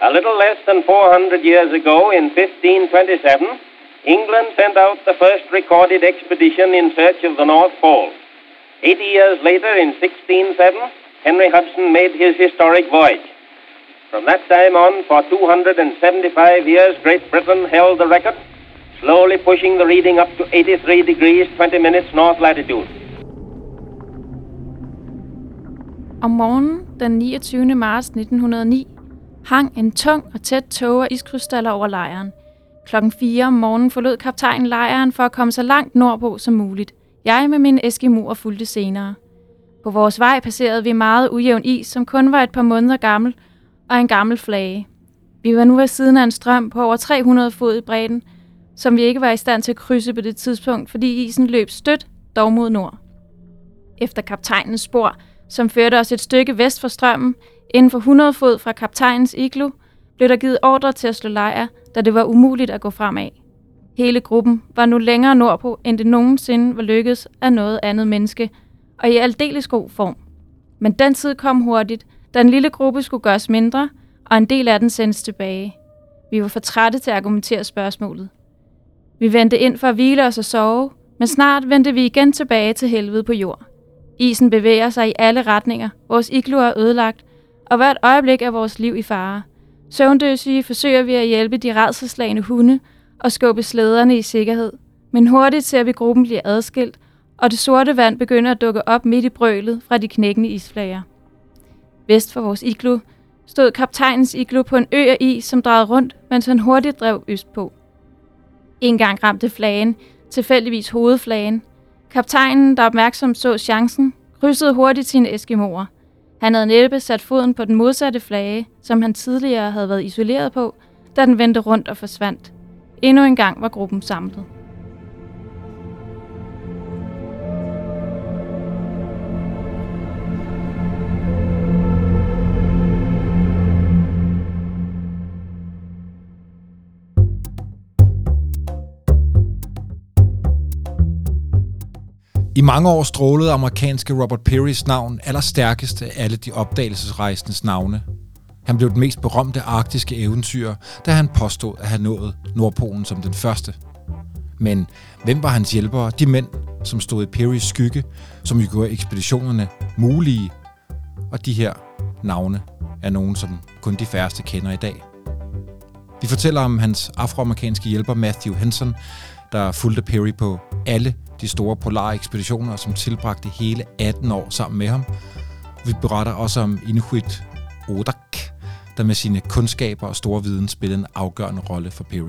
A little less than 400 years ago, in 1527, England sent out the first recorded expedition in search of the North Pole. 80 years later, in 1607, Henry Hudson made his historic voyage. From that time on, for 275 years, Great Britain held the record, slowly pushing the reading up to 83 degrees 20 minutes north latitude. Om morgenen den 29. marts 1909 hang en tung og tæt tåge af iskrystaller over lejren. Klokken 4 om morgenen forlod kaptajnen lejren for at komme så langt nordpå som muligt. Jeg med mine eskimoer fulgte senere. På vores vej passerede vi meget ujævn is, som kun var et par måneder gammel, og en gammel flage. Vi var nu ved siden af en strøm på over 300 fod i bredden, som vi ikke var i stand til at krydse på det tidspunkt, fordi isen løb stødt, dog mod nord. Efter kaptajnens spor, som førte os et stykke vest for strømmen, inden for 100 fod fra kaptajnens iglo, blev der givet ordre til at slå lejr, da det var umuligt at gå fremad. Hele gruppen var nu længere nordpå, end det nogensinde var lykkedes af noget andet menneske, og i aldeles god form. Men den tid kom hurtigt, da en lille gruppe skulle gøres mindre, og en del af den sendes tilbage. Vi var for trætte til at argumentere spørgsmålet. Vi vendte ind for at hvile os og sove, men snart vendte vi igen tilbage til helvede på jord. Isen bevæger sig i alle retninger, vores iglo er ødelagt, og hvert øjeblik er vores liv i fare. Søvndøsige forsøger vi at hjælpe de rædselsslagne hunde og skubbe slæderne i sikkerhed, men hurtigt ser vi gruppen blive adskilt, og det sorte vand begynder at dukke op midt i brølet fra de knækkende isflager. Vest for vores iglo stod kaptajnens iglo på en ø af is, som drejede rundt, mens han hurtigt drev østpå. En gang ramte flagen, tilfældigvis hovedflagen. Kaptajnen, der opmærksomt så chancen, krydsede hurtigt sine eskimoer. Han havde næppe sat foden på den modsatte flage, som han tidligere havde været isoleret på, da den vendte rundt og forsvandt. Endnu en gang var gruppen samlet. I mange år strålede amerikanske Robert Pearys navn allerstærkest af alle de opdagelsesrejsendes navne. Han blev den mest berømte arktiske eventyr, da han påstod at have nået Nordpolen som den første. Men hvem var hans hjælpere, de mænd, som stod i Pearys skygge, som jo gjorde ekspeditionerne mulige? Og de her navne er nogen, som kun de færreste kender i dag. Vi fortæller om hans afroamerikanske hjælper Matthew Henson, der fulgte Peary på alle de store polare ekspeditioner, som tilbragte hele 18 år sammen med ham. Vi beretter også om Inuit Odak, der med sine kundskaber og store viden spillede en afgørende rolle for Peary.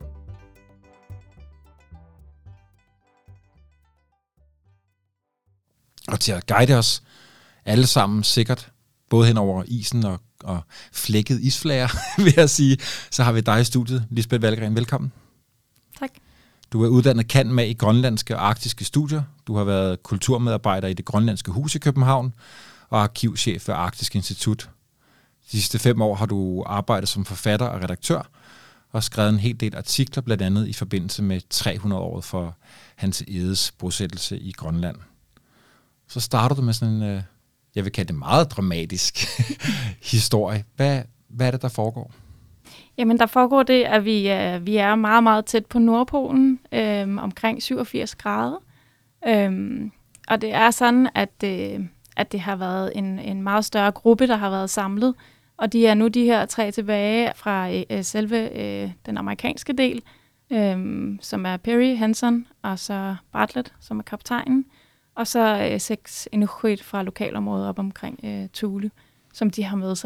Og til at guide os alle sammen sikkert, både hen over isen og flækket isflager, vil jeg sige, så har vi dig i studiet. Lisbeth Wahlgren, velkommen. Tak. Du er uddannet cand.mag i grønlandske og arktiske studier. Du har været kulturmedarbejder i Det Grønlandske Hus i København og arkivchef ved Arktisk Institut. De sidste 5 år har du arbejdet som forfatter og redaktør og skrevet en hel del artikler, blandt andet i forbindelse med 300-året for Hans Edes bosættelse i Grønland. Så starter du med sådan en, jeg vil kalde det meget dramatisk historie. Hvad er det, der foregår? Jamen, der foregår det, at vi er meget, meget tæt på Nordpolen, omkring 87 grader. Og det er sådan, at det har været en meget større gruppe, der har været samlet. Og de er nu de her 3 tilbage fra selve den amerikanske del, som er Peary, Henson og så Bartlett, som er kaptajnen. Og så 6 Inuit fra lokalområdet op omkring Thule, som de har med sig.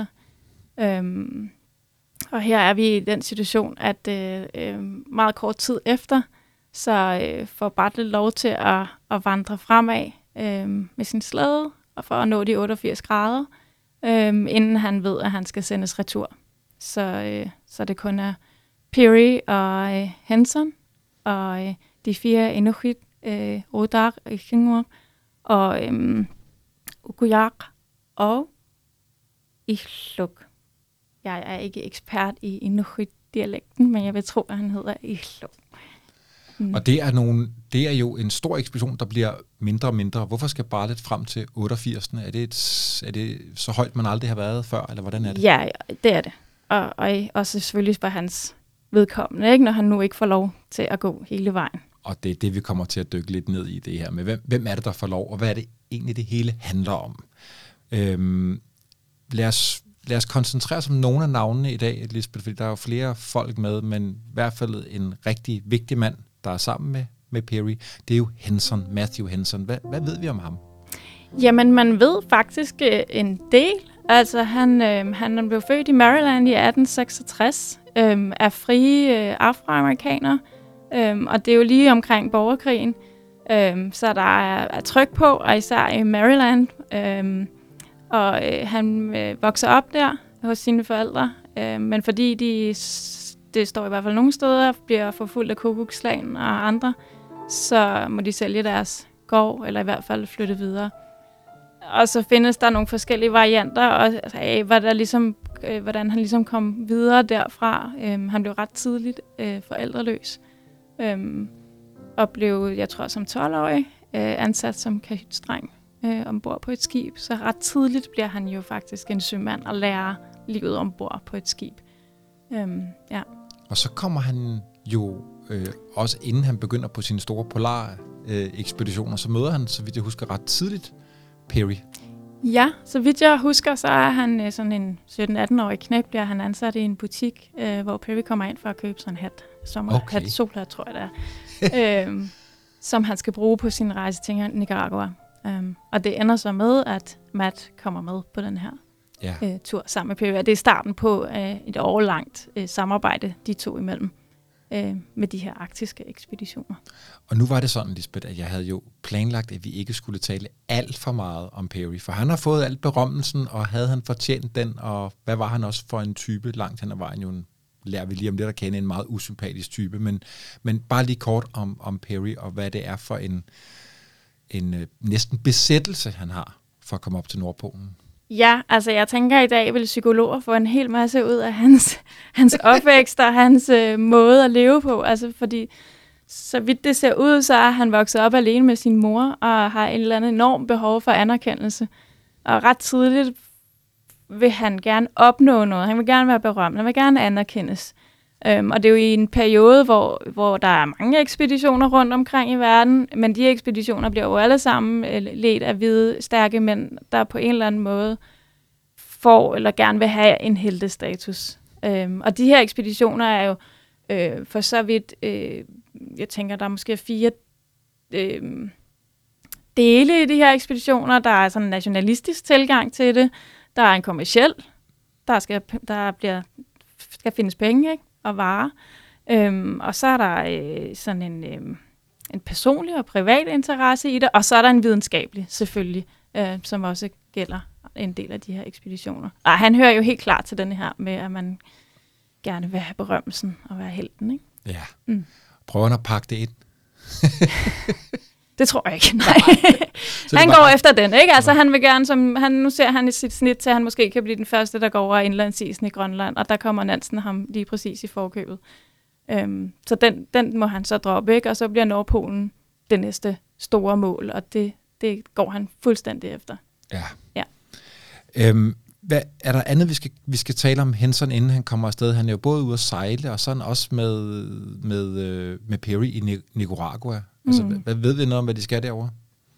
Og her er vi i den situation, at meget kort tid efter, så får Bartlett lov til at vandre fremad med sin slæde, og for at nå de 88 grader, inden han ved, at han skal sendes retur. Så det kun er Peary og Henson, og de 4 Inuit, Odak, Ikingur, og Ukuyak og Ihluk. Jeg er ikke ekspert i Inuit-dialekten, men jeg vil tro, at han hedder Ihluk. Og det er jo en stor ekspedition, der bliver mindre og mindre. Hvorfor skal Bartlett frem til 88'erne? Er det så højt, man aldrig har været før, eller hvordan er det? Ja, det er det. Og også selvfølgelig for hans vedkommende, ikke? Når han nu ikke får lov til at gå hele vejen. Og det er det, vi kommer til at dykke lidt ned i det her med, hvem er det, der får lov, og hvad er det egentlig, det hele handler om. Lad os koncentrere os om nogle af navnene i dag, Lisbeth, fordi der er jo flere folk med, men i hvert fald en rigtig vigtig mand, der er sammen med Perry. Det er jo Henson, Matthew Henson. Hvad ved vi om ham? Jamen, man ved faktisk en del. Altså, han blev født i Maryland i 1866, er frie afroamerikanere, og det er jo lige omkring borgerkrigen. Så der er tryk på, og især i Maryland. Og han vokser op der hos sine forældre, men fordi det står i hvert fald nogle steder, bliver forfulgt af Ku Klux Klan og andre, så må de sælge deres gård, eller i hvert fald flytte videre. Og så findes der nogle forskellige varianter af, hvordan han ligesom kom videre derfra. Han blev ret tidligt forældreløs, og blev, jeg tror, som 12-årig ansat som kahytdreng ombord på et skib. Så ret tidligt bliver han jo faktisk en sømand og lærer livet ombord på et skib. Ja. Og så kommer han jo også inden han begynder på sine store polare ekspeditioner, så møder han, så vidt jeg husker, ret tidligt Perry. Ja, så vidt jeg husker, så er han sådan en 17-18-årig knægt, bliver han ansat i en butik, hvor Perry kommer ind for at købe sådan en hat, sommerhat, solhat, tror jeg det er, som han skal bruge på sin rejse til Nicaragua. Og det ender så med, at Matt kommer med på den her tur sammen med Perry. Og det er starten på et årlangt samarbejde, de to imellem, med de her arktiske ekspeditioner. Og nu var det sådan, Lisbeth, at jeg havde jo planlagt, at vi ikke skulle tale alt for meget om Perry, for han har fået alt berømmelsen, og havde han fortjent den, og hvad var han også for en type langt hen ad vejen? Jo, lærer vi lige om lidt at kende, en meget usympatisk type, men bare lige kort om Perry, og hvad det er for en næsten besættelse, han har for at komme op til Nordpolen. Ja, altså jeg tænker i dag vil psykologer få en hel masse ud af hans opvækst og hans måde at leve på. Altså fordi, så vidt det ser ud, så er han vokset op alene med sin mor og har et eller andet enormt behov for anerkendelse. Og ret tidligt vil han gerne opnå noget. Han vil gerne være berømt. Han vil gerne anerkendes. Og det er jo i en periode, hvor der er mange ekspeditioner rundt omkring i verden, men de ekspeditioner bliver jo alle sammen ledt af hvide, stærke mænd, der på en eller anden måde får eller gerne vil have en heltestatus. Og de her ekspeditioner er jo for så vidt, jeg tænker, der er måske 4 dele i de her ekspeditioner. Der er sådan en nationalistisk tilgang til det. Der er en kommerciel. Der skal findes penge, ikke? Og varer. Og så er der sådan en personlig og privat interesse i det, og så er der en videnskabelig, selvfølgelig, som også gælder en del af de her ekspeditioner. Og han hører jo helt klart til den her med, at man gerne vil have berømmelsen og være helten, ikke? Ja. Prøver han at pakke det ind? Det tror jeg ikke, nej. Han går efter den, ikke? Altså han vil gerne, nu ser han i sit snit til, at han måske kan blive den første, der går over indlandsisen i Grønland, og der kommer Nansen ham lige præcis i forkøbet. Så den må han så droppe, ikke? Og så bliver Nordpolen det næste store mål, og det går han fuldstændig efter. Ja. Hvad er der andet, vi skal tale om Henson, inden han kommer afsted? Han er jo både ude at sejle, og sådan også med Perry i Nicaragua. Altså, hvad ved vi noget om, hvad de skal derovre?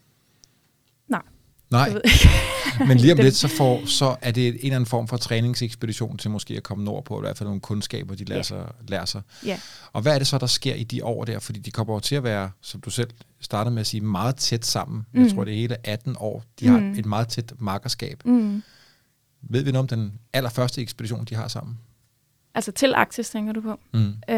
Nej. Men lige om lidt, så er det en eller anden form for træningsekspedition til måske at komme nordpå, i hvert fald nogle kundskaber, de lærer sig. Yeah. Og hvad er det så, der sker i de år der? Fordi de kommer over til at være, som du selv startede med at sige, meget tæt sammen. Jeg tror, det er hele 18 år. De har et meget tæt makkerskab. Ved vi noget om den allerførste ekspedition, de har sammen? Altså til Arktis, tænker du på?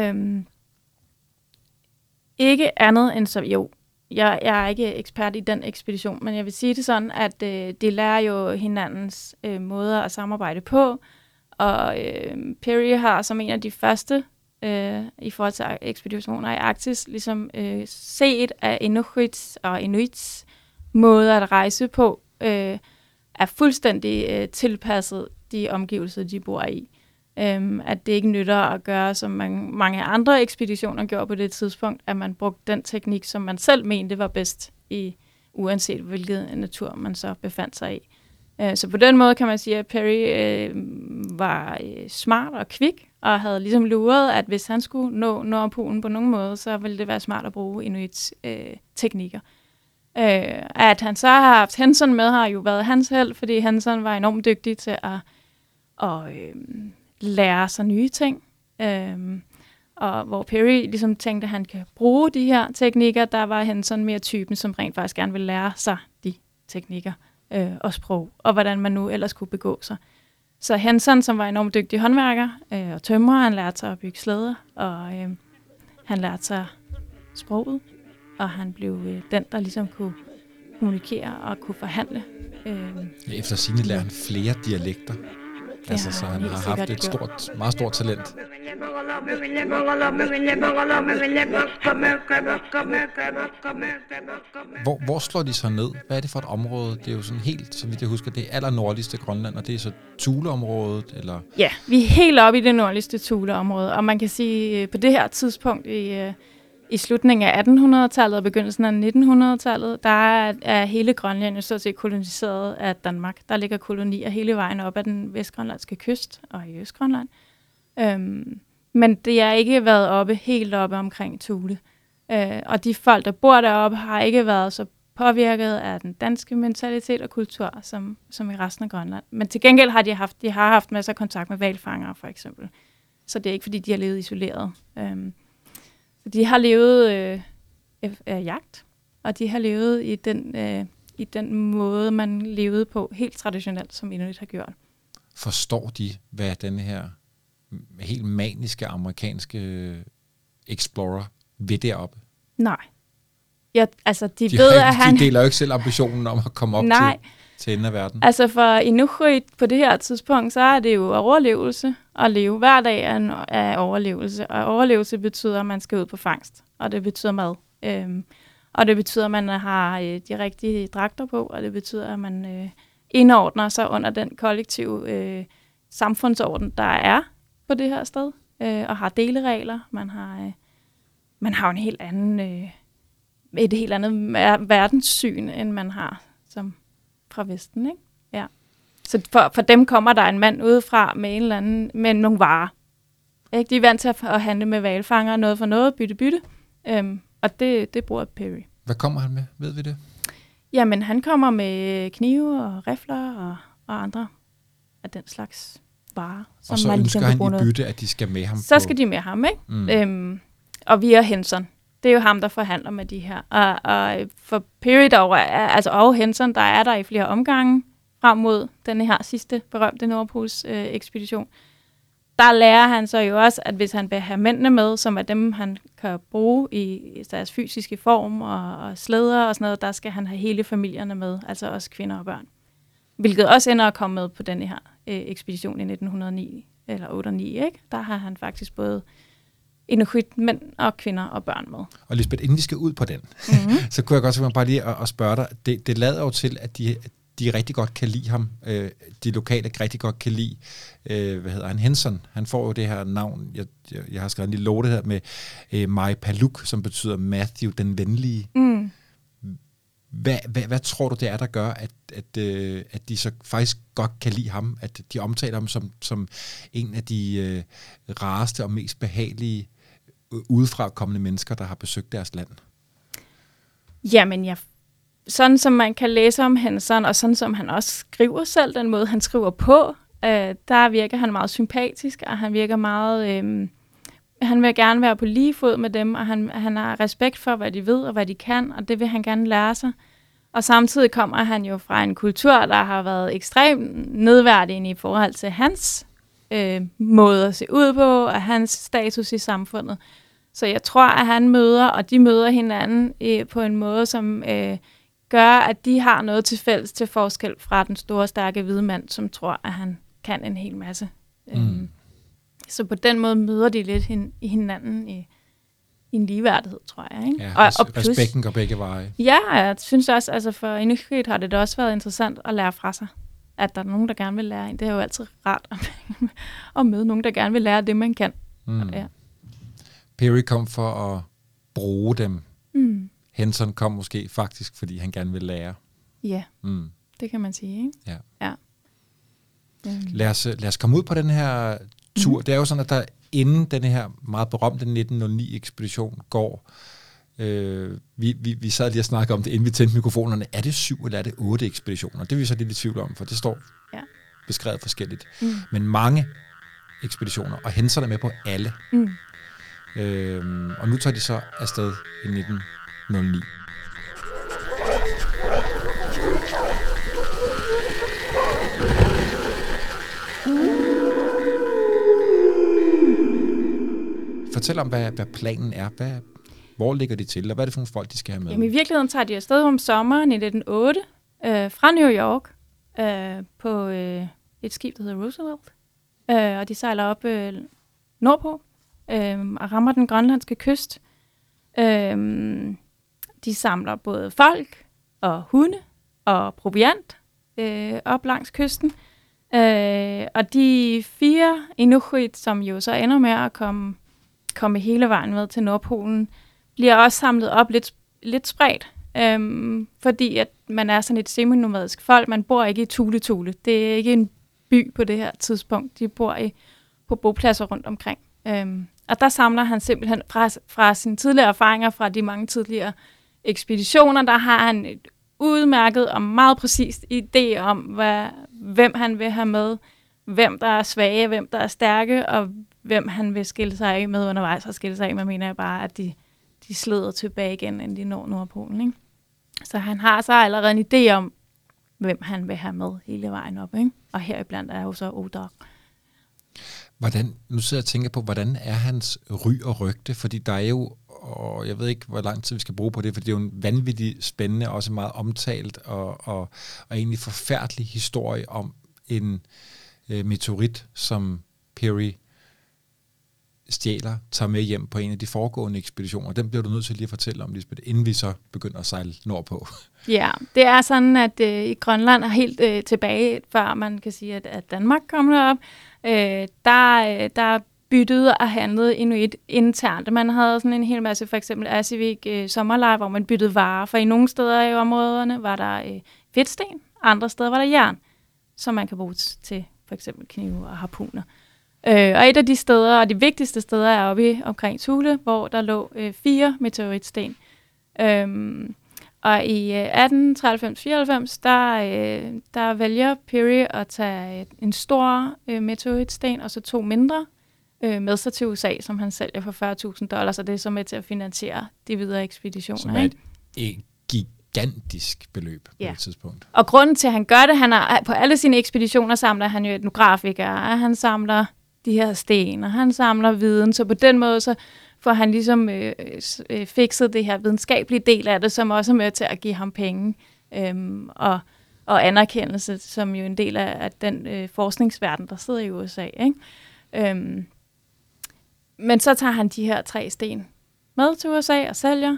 Ikke andet end så, jo, jeg er ikke ekspert i den ekspedition, men jeg vil sige det sådan, at de lærer jo hinandens måder at samarbejde på, og Perry har som en af de første i forhold til ekspeditioner i Arktis ligesom set, at Inuits og Inuits måder at rejse på er fuldstændig tilpasset de omgivelser, de bor i. At det ikke nytter at gøre, som mange andre ekspeditioner gjorde på det tidspunkt, at man brugte den teknik, som man selv mente var bedst, uanset hvilket natur man så befandt sig i. Så på den måde kan man sige, at Perry var smart og kvik, og havde ligesom luret, at hvis han skulle nå Nordpolen på nogen måde, så ville det være smart at bruge Inuits teknikker. At han så har haft Henson med, har jo været hans held, fordi Henson var enormt dygtig til at lære sig nye ting. Og hvor Peary ligesom tænkte, at han kan bruge de her teknikker, der var Henson mere typen, som rent faktisk gerne ville lære sig de teknikker og sprog, og hvordan man nu ellers kunne begå sig. Så Henson, som var enormt dygtig håndværker og tømrer, han lærte sig at bygge slæder, og han lærte sig sproget, og han blev den, der ligesom kunne kommunikere og kunne forhandle. Efter sigende lærer han flere dialekter. Altså, så han har haft et meget stort talent. Hvor slår de så ned? Hvad er det for et område? Det er jo sådan helt, som jeg husker, det allernordligste Grønland, og det er så Thule-området, eller? Ja, vi er helt oppe i det nordligste Thule-område, og man kan sige, på det her tidspunkt i slutningen af 1800-tallet og begyndelsen af 1900-tallet, der er hele Grønland jo så set koloniseret af Danmark. Der ligger kolonier hele vejen op ad den vestgrønlandske kyst og i Østgrønland. Men det har ikke været helt oppe omkring Thule. Og de folk, der bor deroppe, har ikke været så påvirket af den danske mentalitet og kultur, som i resten af Grønland. Men til gengæld har de haft masser af kontakt med hvalfangere, for eksempel. Så det er ikke, fordi de har levet isoleret. Så de har levet af jagt, og de har levet i den måde, man levede på, helt traditionelt, som Inuit har gjort. Forstår de, hvad den her helt maniske amerikanske explorer ved deroppe? Nej. Ja, altså, de ved, at han... De deler jo ikke selv ambitionen om at komme op til enden af verden. Altså for Inuit på det her tidspunkt, så er det jo overlevelse. At leve hver dag er overlevelse. Og overlevelse betyder, at man skal ud på fangst. Og det betyder mad. Og det betyder, at man har de rigtige dragter på. Og det betyder, at man indordner sig under den kollektive samfundsorden, der er på det her sted. Og har deleregler. Man har en helt anden, et helt andet verdenssyn, end man har som fra Vesten, ikke? Ja. Så for dem kommer der en mand udefra med nogle varer. Ikke? De er vant til at handle med hvalfangere, noget for noget, bytte. Og det bruger Peary. Hvad kommer han med? Ved vi det? Jamen, han kommer med knive og rifler og andre af den slags varer. Som og så ønsker han i bytte, at de skal med ham. Så skal de med ham, ikke? Og via Henson. Det er jo ham, der forhandler med de her. Og for Peary derovre, altså og Henson, der er der i flere omgange frem mod denne her sidste berømte Nordpols ekspedition. Der lærer han så jo også, at hvis han vil have mændene med, som er dem, han kan bruge i deres fysiske form og slæder og sådan noget, der skal han have hele familierne med, altså også kvinder og børn. Hvilket også ender at komme med på denne her ekspedition i 1909 eller 1989, ikke? Der har han faktisk både Inuit mænd og kvinder og børn med. Og Lisbeth, inden vi skal ud på den, så kunne jeg godt tænke mig bare lige at spørge dig. Det lader jo til, at de rigtig godt kan lide ham. De lokale rigtig godt kan lide, Henson. Han får jo det her navn, jeg har skrevet en lille låte her med Mai Paluk, som betyder Matthew den venlige. Hvad tror du, det er, der gør, at de så faktisk godt kan lide ham? At de omtaler ham som en af de rareste og mest behagelige udefra kommende mennesker, der har besøgt deres land? Jamen, sådan som man kan læse om Henson, og sådan som han også skriver selv, den måde han skriver på, der virker han meget sympatisk, og han virker meget... han vil gerne være på lige fod med dem, og han har respekt for, hvad de ved og hvad de kan, og det vil han gerne lære sig. Og samtidig kommer han jo fra en kultur, der har været ekstremt nedværdigende i forhold til hans måde at se ud på, og hans status i samfundet. Så jeg tror, at han de møder hinanden på en måde, som gør, at de har noget til fælles til forskel fra den store, stærke hvide mand, som tror, at han kan en hel masse. Så på den måde møder de lidt hinanden i en ligeværdighed, tror jeg. Ikke? Ja, og plus, respekten går begge veje. Ja, jeg synes også, altså for Inuit har det også været interessant at lære fra sig. At der er nogen, der gerne vil lære en. Det er jo altid rart at møde nogen, der gerne vil lære det, man kan. Ja. Peary kom for at bruge dem. Henson kom måske faktisk, fordi han gerne vil lære. Ja, det kan man sige. Ikke? Ja. Lad os komme ud på den her tur. Det er jo sådan, at der inden den her meget berømte 1909-ekspedition går, vi sad lige og snakkede om det, inden vi tændte mikrofonerne. Er det 7 eller er det 8 ekspeditioner? Det er vi så lidt i tvivl om, for det står beskrevet forskelligt. Men mange ekspeditioner, og Henson er med på alle. Og nu tager de så afsted i 1909. Fortæl om, hvad planen er. Hvor ligger de til, og hvad er det for nogle folk, de skal have med? Jamen, i virkeligheden tager de afsted om sommeren i 1908 fra New York på et skib, der hedder Roosevelt. Og de sejler op nordpå og rammer den grønlandske kyst. De samler både folk og hunde og proviant op langs kysten. Og de 4 inuit, som jo så ender med at komme hele vejen med til Nordpolen, bliver også samlet op lidt spredt, fordi at man er sådan et semi-nomadisk folk. Man bor ikke i Thule. Det er ikke en by på det her tidspunkt. De bor på bopladser rundt omkring. Og der samler han simpelthen fra sine tidligere erfaringer fra de mange tidligere ekspeditioner, der har han et udmærket og meget præcist idé om, hvem han vil have med, hvem der er svage, hvem der er stærke, og hvem han vil skille sig af med undervejs. Og skille sig af med, mener jeg bare, at de slider tilbage igen, inden de når Nordpolen. Ikke? Så han har så allerede en idé om, hvem han vil have med hele vejen op. Ikke? Og heriblandt er jo så Odog. Nu sidder jeg og tænker på, hvordan er hans ry og rygte? Fordi der er jo, og jeg ved ikke, hvor lang tid vi skal bruge på det, for det er jo en vanvittig spændende, også meget omtalt og egentlig forfærdelig historie om en meteorit, som Peary tager med hjem på en af de foregående ekspeditioner. Den bliver du nødt til lige at fortælle om, Lisbeth, inden vi så begynder at sejle nordpå. Ja, det er sådan, at i Grønland er helt tilbage, før man kan sige, at Danmark kommer derop, der byttede og handlede inuit internt. Man havde sådan en hel masse, for eksempel Asivik sommerlejr, hvor man byttede varer, for i nogle steder i områderne var der fedtsten, andre steder var der jern, som man kan bruge til for eksempel knive og harpuner. Og et af de steder, og de vigtigste steder, er oppe omkring Thule, hvor der lå 4 meteoritsten. Og i 1893-94, der vælger Peary at tage en stor meteoritsten og så 2 mindre med sig til USA, som han sælger for $40,000, og det er så med til at finansiere de videre ekspeditioner. Som er et gigantisk beløb på et tidspunkt. Og grunden til, at han gør det, han er på alle sine ekspeditioner samler han jo etnografikere, og han samler de her sten, og han samler viden, så på den måde så får han ligesom fikset det her videnskabelige del af det, som også er med til at give ham penge og anerkendelse, som jo en del af den forskningsverden, der sidder i USA. Ikke? Men så tager han de her 3 sten med til USA og sælger.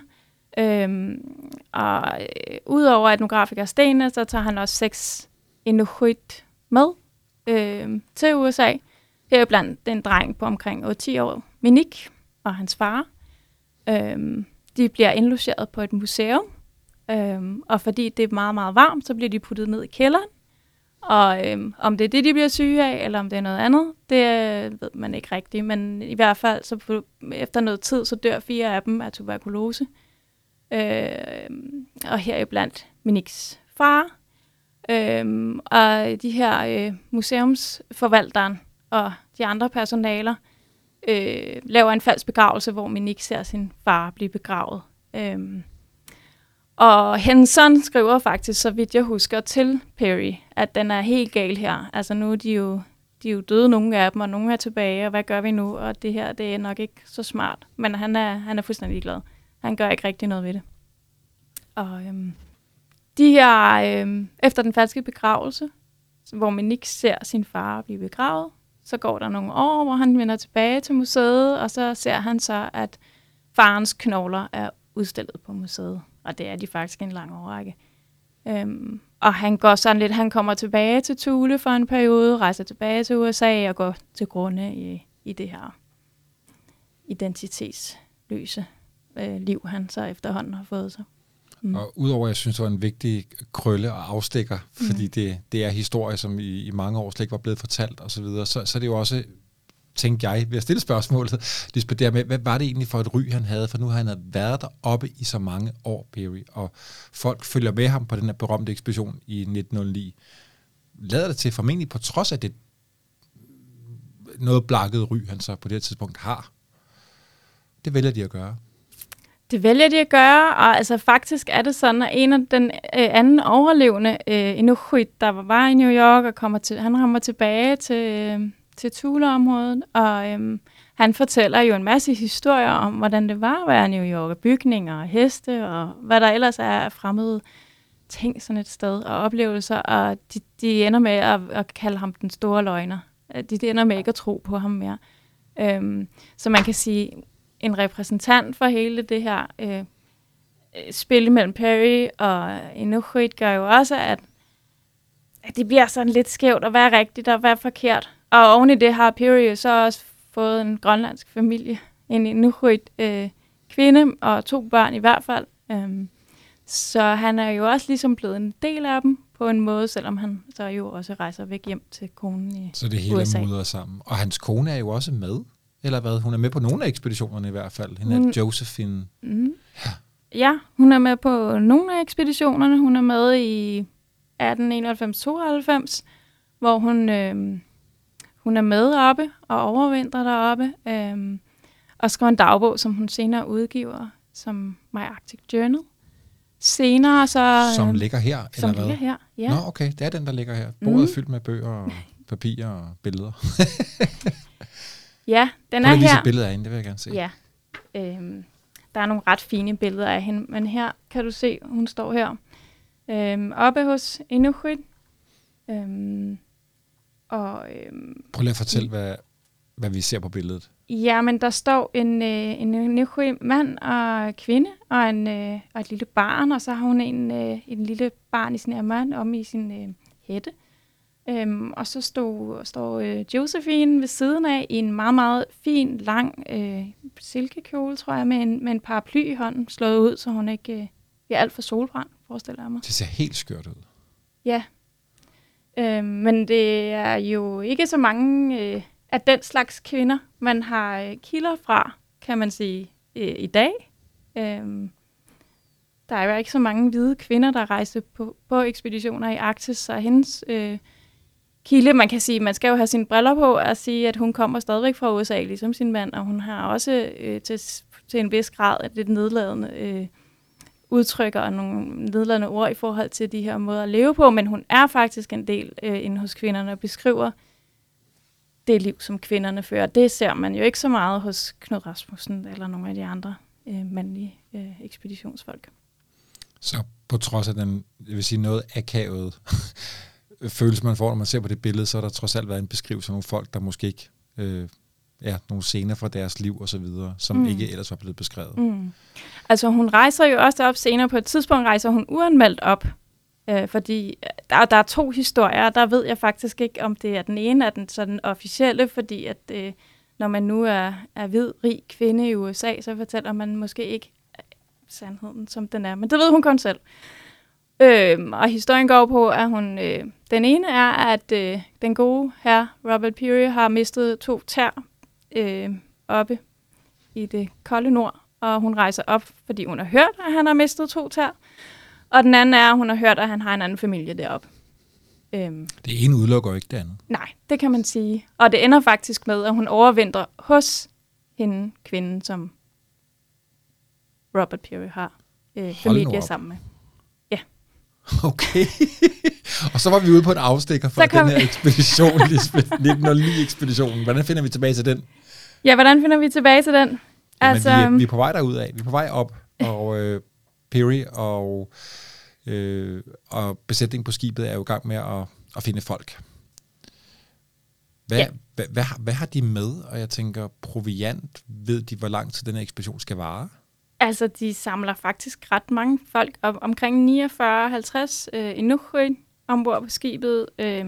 Og udover etnografikere stenene, så tager han også 6 inuit med til USA. Det er jo blandt den dreng på omkring 8-10 år, Minik og hans far. De bliver indlogeret på et museum, og fordi det er meget, meget varmt, så bliver de puttet ned i kælderen. Og om det er det, de bliver syge af, eller om det er noget andet, det ved man ikke rigtigt. Men i hvert fald, så efter noget tid, så dør 4 af dem af tuberkulose. Og heriblandt Miniks far. Og de her museumsforvalteren og de andre personaler laver en falsk begravelse, hvor Minik ser sin far blive begravet. Og Henson skriver faktisk, så vidt jeg husker, til Peary, at den er helt gal her. Altså nu er de er jo døde, nogle af dem, og nogle er tilbage, og hvad gør vi nu? Og det her, det er nok ikke så smart. Men han er fuldstændig glad. Han gør ikke rigtig noget ved det. Og de her, efter den falske begravelse, hvor Minik ser sin far blive begravet, så går der nogle år, hvor han vender tilbage til museet, og så ser han så, at farens knogler er udstillet på museet. Og det er de faktisk en lang årrække. Og han går sådan lidt, han kommer tilbage til Thule for en periode, rejser tilbage til USA og går til grunde i det her identitetsløse liv, han så efterhånden har fået sig. Og udover, jeg synes, det var en vigtig krølle og afstikker, fordi det er historie, som i mange år slet ikke var blevet fortalt osv., så er det jo også, tænkte jeg, ved at stille spørgsmålet, Lisbeth, der med, hvad var det egentlig for et ry, han havde? For nu har han været deroppe i så mange år, Peary, og folk følger med ham på den her berømte ekspedition i 1909. Lader det til, formentlig på trods af det noget blakket ry, han så på det her tidspunkt har. Det vælger de at gøre. Det vælger de at gøre, og altså faktisk er det sådan, at en af den anden overlevende Inuit, der var i New York, og han kommer tilbage til Thule-området, og han fortæller jo en masse historier om, hvordan det var at være i New York, og bygninger og heste, og hvad der ellers er af fremmede ting sådan et sted, og oplevelser, og de ender med at kalde ham den store løgner. De ender med ikke at tro på ham mere. Så man kan sige, en repræsentant for hele det her spil mellem Peary og Inuit gør jo også, at det bliver sådan lidt skævt, og hvad er rigtigt, og hvad er forkert. Og oven i det har Peary så også fået en grønlandsk familie, en Inuit kvinde og 2 børn i hvert fald. Så han er jo også ligesom blevet en del af dem på en måde, selvom han så jo også rejser væk hjem til konen i USA. Så det hele er mudret sammen. Og hans kone er jo også med, eller hvad? Hun er med på nogle af ekspeditionerne i hvert fald. Hende er Josephine. Ja, hun er med på nogle af ekspeditionerne. Hun er med i 1891-92, hvor hun er med oppe og overvintrer deroppe, og skriver en dagbog, som hun senere udgiver som My Arctic Journal. Senere så... Som ligger her, som eller hvad? Ligger her, ja. Nå, okay, det er den, der ligger her. Bordet er fyldt med bøger og papirer og billeder. Ja, den Prøv er her. Prøv billeder af hende, det vil jeg gerne se. Ja, der er nogle ret fine billeder af hende, men her kan du se, hun står her oppe hos Inuit. Prøv lige at fortælle, hvad vi ser på billedet. Ja, men der står en Inuit mand og kvinde og et lille barn, og så har hun en lille barn i sin ærme om i sin hætte. Og så står Josephine ved siden af i en meget, meget fin, lang silkekjole, tror jeg, med en paraply i hånden, slået ud, så hun ikke bliver alt for solbrændt, forestiller jeg mig. Det ser helt skørt ud. Ja, men det er jo ikke så mange af den slags kvinder, man har kilder fra, kan man sige, i dag. Der er jo ikke så mange hvide kvinder, der rejser på ekspeditioner i Arktis, så hendes kilde, man kan sige, man skal jo have sine briller på og sige, at hun kommer stadigvæk fra USA, ligesom sin mand, og hun har også til en vis grad et lidt nedladende udtrykker og nogle nedladende ord i forhold til de her måder at leve på, men hun er faktisk en del inde hos kvinderne og beskriver det liv, som kvinderne fører. Det ser man jo ikke så meget hos Knud Rasmussen eller nogle af de andre mandlige ekspeditionsfolk. Så på trods af den, jeg vil sige, noget akavet følelse, man får, når man ser på det billede, så er der trods alt været en beskrivelse af nogle folk, der måske ikke nogle scener fra deres liv og så videre, som ikke ellers var blevet beskrevet. Altså hun rejser jo også op senere. På et tidspunkt rejser hun uanmeldt op, fordi der er 2 historier, der ved jeg faktisk ikke, om det er den ene af den sådan officielle, fordi at når man nu er hvid, rig kvinde i USA, så fortæller man måske ikke sandheden, som den er. Men det ved hun kun selv. Og historien går på, at hun... den ene er, at den gode herre Robert Peary har mistet 2 tær oppe i det kolde nord, og hun rejser op, fordi hun har hørt, at han har mistet 2 tær. Og den anden er, at hun har hørt, at han har en anden familie deroppe. Det ene udelukker ikke det andet. Nej, det kan man sige. Og det ender faktisk med, at hun overvintrer hos hende, kvinden, som Robert Peary har familie sammen med. Ja. Okay. Og så var vi ude på en afstikker fra den her ekspedition, 1909-ekspeditionen. Hvordan finder vi tilbage til den? Ja, hvordan finder vi tilbage til den? Altså, vi er på vej derudad. Vi er på vej op, og Peary og besætningen på skibet er jo i gang med at finde folk. Hvad har de med? Og jeg tænker, proviant, ved de, hvor lang tid den her ekspedition skal vare? Altså, de samler faktisk ret mange folk, omkring 49-50 Inuit ombord på skibet,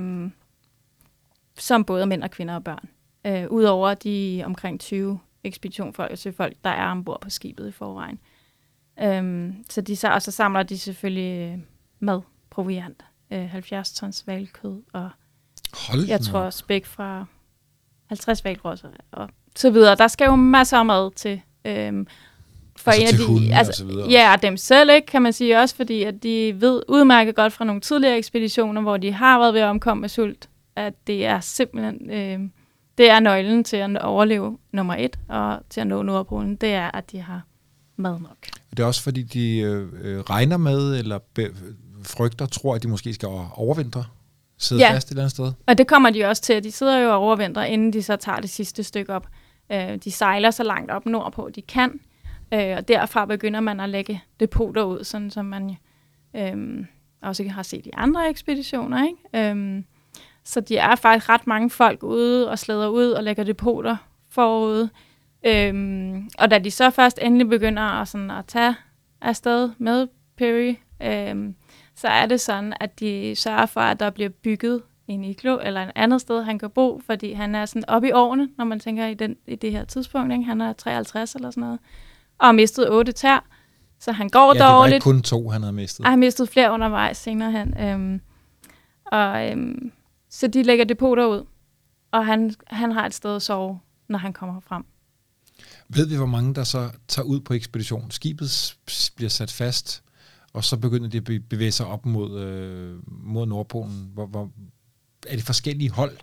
som både mænd og kvinder og børn. Udover de omkring 20 ekspeditionfolk og søfolk, der er ombord på skibet i forvejen. Og så samler de selvfølgelig mad, proviant, 70 tons hvalkød, og jeg tror spæk fra 50 hvalrosser, og så videre. Der skal jo masser af mad til. For altså en af til de, hunden altså, og så videre. Ja, dem selv, ikke, kan man sige også, fordi at de ved udmærket godt fra nogle tidligere ekspeditioner, hvor de har været ved at omkomme med sult, at det er simpelthen det er nøglen til at overleve nummer 1, og til at nå Nordpolen, det er, at de har mad nok. Det er også fordi, de regner med, eller frygter, tror, at de måske skal overvintre, sidde fast et eller andet sted. Og det kommer de også til. De sidder jo og overvintrer, inden de så tager det sidste stykke op. De sejler så langt op nordpå, de kan, og derfra begynder man at lægge depoter ud, sådan som man også har set i andre ekspeditioner, ikke? Så de er faktisk ret mange folk ude og slæder ud og lægger depoter forud. Og da de så først endelig begynder at tage afsted med Peary, så er det sådan, at de sørger for, at der bliver bygget en iglo eller et andet sted, han kan bo, fordi han er sådan oppe i årene, når man tænker i det her tidspunkt. Ikke? Han er 53 eller sådan noget, og har mistet 8 tær, så han går dårligt. Ja, det var ikke kun 2, han havde mistet. Han har mistet flere undervejs senere hen. Så de lægger depoter ud, og han har et sted at sove, når han kommer frem. Ved vi, hvor mange der så tager ud på ekspedition? Skibet bliver sat fast, og så begynder de at bevæge sig op mod Nordpolen. Er det forskellige hold?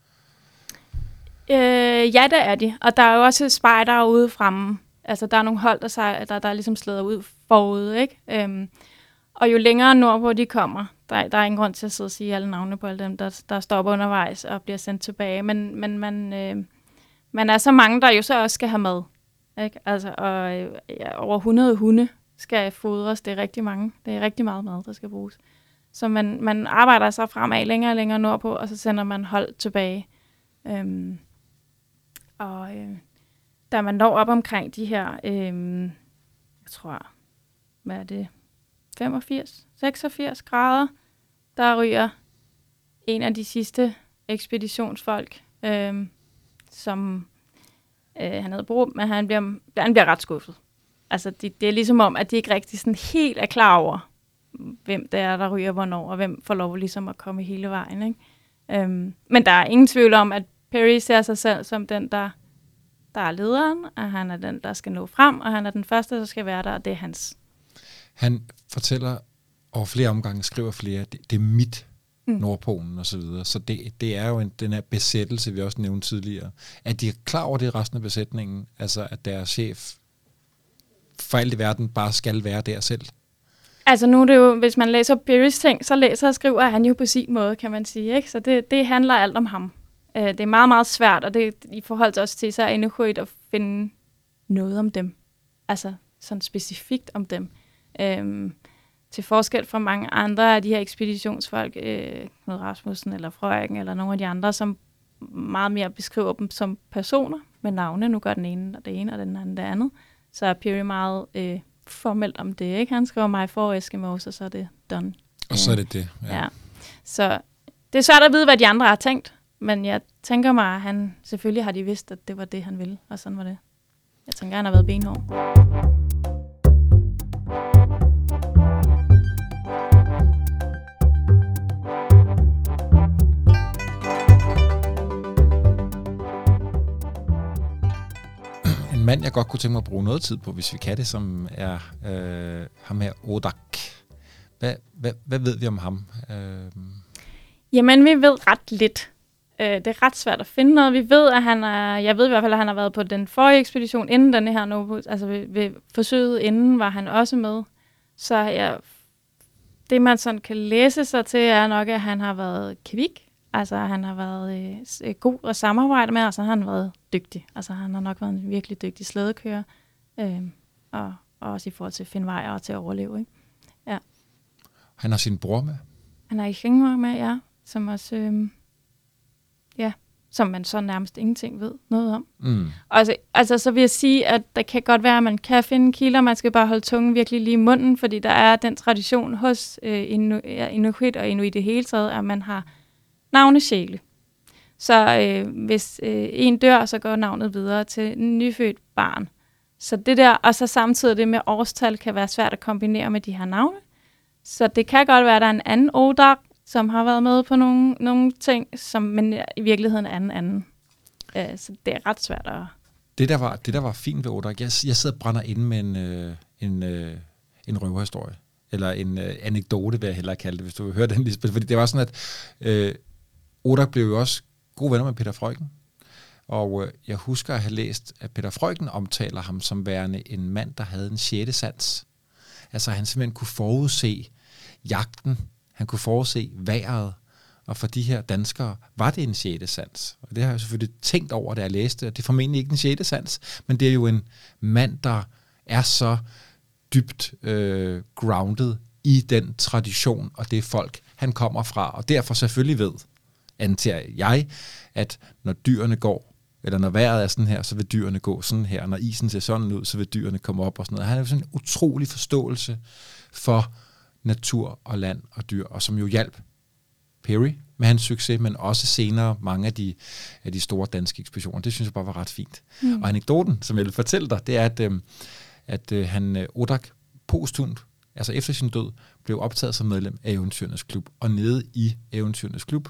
Ja, det er de. Og der er jo også spejdere ude fremme. Altså, der er nogle hold, der ligesom slæder ud forud, ikke? Og jo længere nordpå de kommer, der er ingen grund til at sidde og sige alle navne på alle dem, der stopper undervejs og bliver sendt tilbage. Men man er så mange, der jo så også skal have mad. Ikke? Altså, og over 100 hunde skal fodres. Det er rigtig mange. Det er rigtig meget mad, der skal bruges. Så man arbejder sig fremad længere og længere nordpå, og så sender man hold tilbage. Da man når op omkring de her, jeg tror, hvad er det, 86 grader, der ryger en af de sidste ekspeditionsfolk, som han havde brugt, men han bliver ret skuffet. Altså, det er ligesom om, at de ikke rigtig sådan helt er klar over, hvem det er, der ryger hvornår, og hvem får lov ligesom at komme hele vejen. Ikke? Men der er ingen tvivl om, at Peary ser sig selv som den, der er lederen, og han er den, der skal nå frem, og han er den første, der skal være der, og det er hans. Han fortæller over flere omgange, skriver flere, det er mit Nordpolen og så videre. Så det er jo den her besættelse, vi også nævnte tidligere. At de er klar over det resten af besætningen, altså at deres chef for alt i verden bare skal være der selv. Altså nu er det jo, hvis man læser Pearys ting, så læser og skriver han jo på sin måde, kan man sige. Ikke? Så det handler alt om ham. Det er meget, meget svært, og det i forhold til også til så Inuit at finde noget om dem. Altså sådan specifikt om dem. Til forskel fra mange andre af de her ekspeditionsfolk, Knud Rasmussen eller Frøken eller nogle af de andre, som meget mere beskriver dem som personer med navne. Nu gør den ene og det ene, og den anden det andet. Så er Peary meget formelt om det, ikke? Han skriver mig for Eskimos, og så er det done. Og så er det. Ja. Så det er svært at vide, hvad de andre har tænkt, men jeg tænker mig, at han selvfølgelig har de vidst, at det var det, han ville, og sådan var det. Jeg tænker, han har været benhård. En mand, jeg godt kunne tænke mig at bruge noget tid på, hvis vi kan det, som er ham her, Odak. Hvad ved vi om ham? Jamen, vi ved ret lidt. Det er ret svært at finde noget. Vi ved, at jeg ved i hvert fald, at han har været på den forrige ekspedition, inden denne her Novus, altså ved forsøget inden var han også med. Så det, man sådan kan læse sig til, er nok, at han har været kvik. Altså, han har været god at samarbejde med, og så har han været dygtig. Altså, han har nok været en virkelig dygtig slædekører, og også i forhold til at finde vej og til at overleve, ikke? Ja. Han har sin bror med? Han har Ingmar med, ja, som også, som man så nærmest ingenting ved noget om. Mm. Altså, så vil jeg sige, at der kan godt være, at man kan finde kilder, man skal bare holde tungen virkelig lige i munden, fordi der er den tradition hos Inuit og Inuit i det hele taget, at man har navnesjæle. Så hvis en dør, så går navnet videre til en nyfødt barn. Så det der, og så samtidig det med årstal, kan være svært at kombinere med de her navne. Så det kan godt være, at der er en anden Odak, som har været med på nogle ting, men i virkeligheden anden. Så det er ret svært at... Det der var fint ved Odak, jeg sidder og brænder inde med en røverhistorie. Eller en anekdote, vil jeg hellere kalde det, hvis du vil høre den, Lisbeth. Fordi det var sådan, at Odak blev jo også gode venner med Peter Freuchen. Og jeg husker at have læst, at Peter Freuchen omtaler ham som værende en mand, der havde en sjette sans. Altså han simpelthen kunne forudse jagten, han kunne forudse vejret, og for de her danskere var det en sjette sans. Og det har jeg selvfølgelig tænkt over, da jeg læste, og det er formentlig ikke en sjette sans, men det er jo en mand, der er så dybt grounded i den tradition og det folk, han kommer fra, og derfor selvfølgelig ved, antager jeg, at når dyrene går, eller når vejret er sådan her, så vil dyrene gå sådan her, når isen ser sådan ud, så vil dyrene komme op og sådan noget. Han har jo sådan en utrolig forståelse for natur og land og dyr, og som jo hjalp Peary med hans succes, men også senere mange af de store danske ekspeditioner. Det synes jeg bare var ret fint. Og anekdoten, som jeg vil fortælle dig, det er, at han Odak posthumt, altså efter sin død, blev optaget som medlem af Eventyrernes Klub. Og nede i Eventyrernes Klub,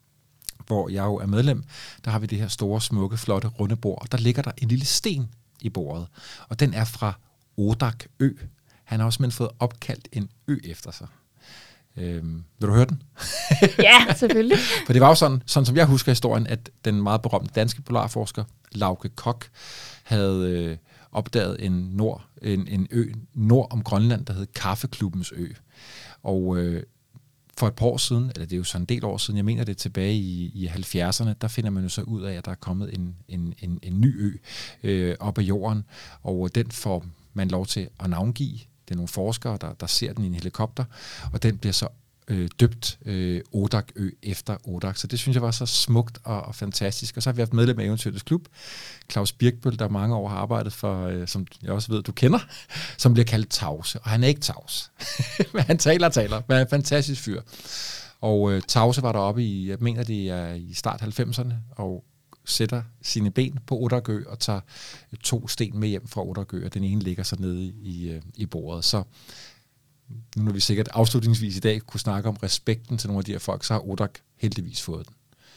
hvor jeg jo er medlem, der har vi det her store, smukke, flotte, runde bord. Og der ligger der en lille sten i bordet. Og den er fra Odak Ø. Han har også simpelthen fået opkaldt en ø efter sig. Vil du høre den? Ja, selvfølgelig. For det var jo sådan som jeg husker historien, at den meget berømte danske polarforsker, Lauke Koch, havde opdaget en ø nord om Grønland, der hed Kaffeklubbens Ø. Og for et par år siden, eller det er jo så en del år siden, jeg mener det er tilbage i 70'erne, der finder man jo så ud af, at der er kommet en ny ø op af jorden, og den får man lov til at navngive. Det er nogle forskere, der ser den i en helikopter, og den bliver så døbt Odak Ø efter Odak. Så det synes jeg var så smukt og fantastisk. Og så har vi haft medlem af Eventyrernes Klub, Claus Birkbøl, der mange år har arbejdet for, som jeg også ved, du kender, som bliver kaldt Tavse. Og han er ikke Tavs. Men han taler. Men er en fantastisk fyr. Og Tavse var deroppe i, jeg mener det er i start 90'erne, og sætter sine ben på Odak Ø og tager 2 sten med hjem fra Odak Ø, og den ene ligger så nede i bordet. Så nu når vi sikkert afslutningsvis i dag kunne snakke om respekten til nogle af de her folk, så har Odak heldigvis fået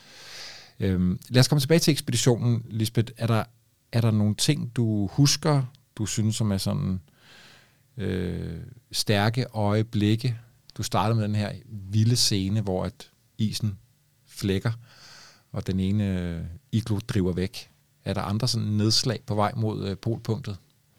den. Lad os komme tilbage til ekspeditionen, Lisbeth. Er der nogle ting, du husker, du synes, som er sådan stærke øjeblikke? Du startede med den her vilde scene, hvor at isen flækker, og den ene iglo driver væk. Er der andre sådan nedslag på vej mod polpunktet?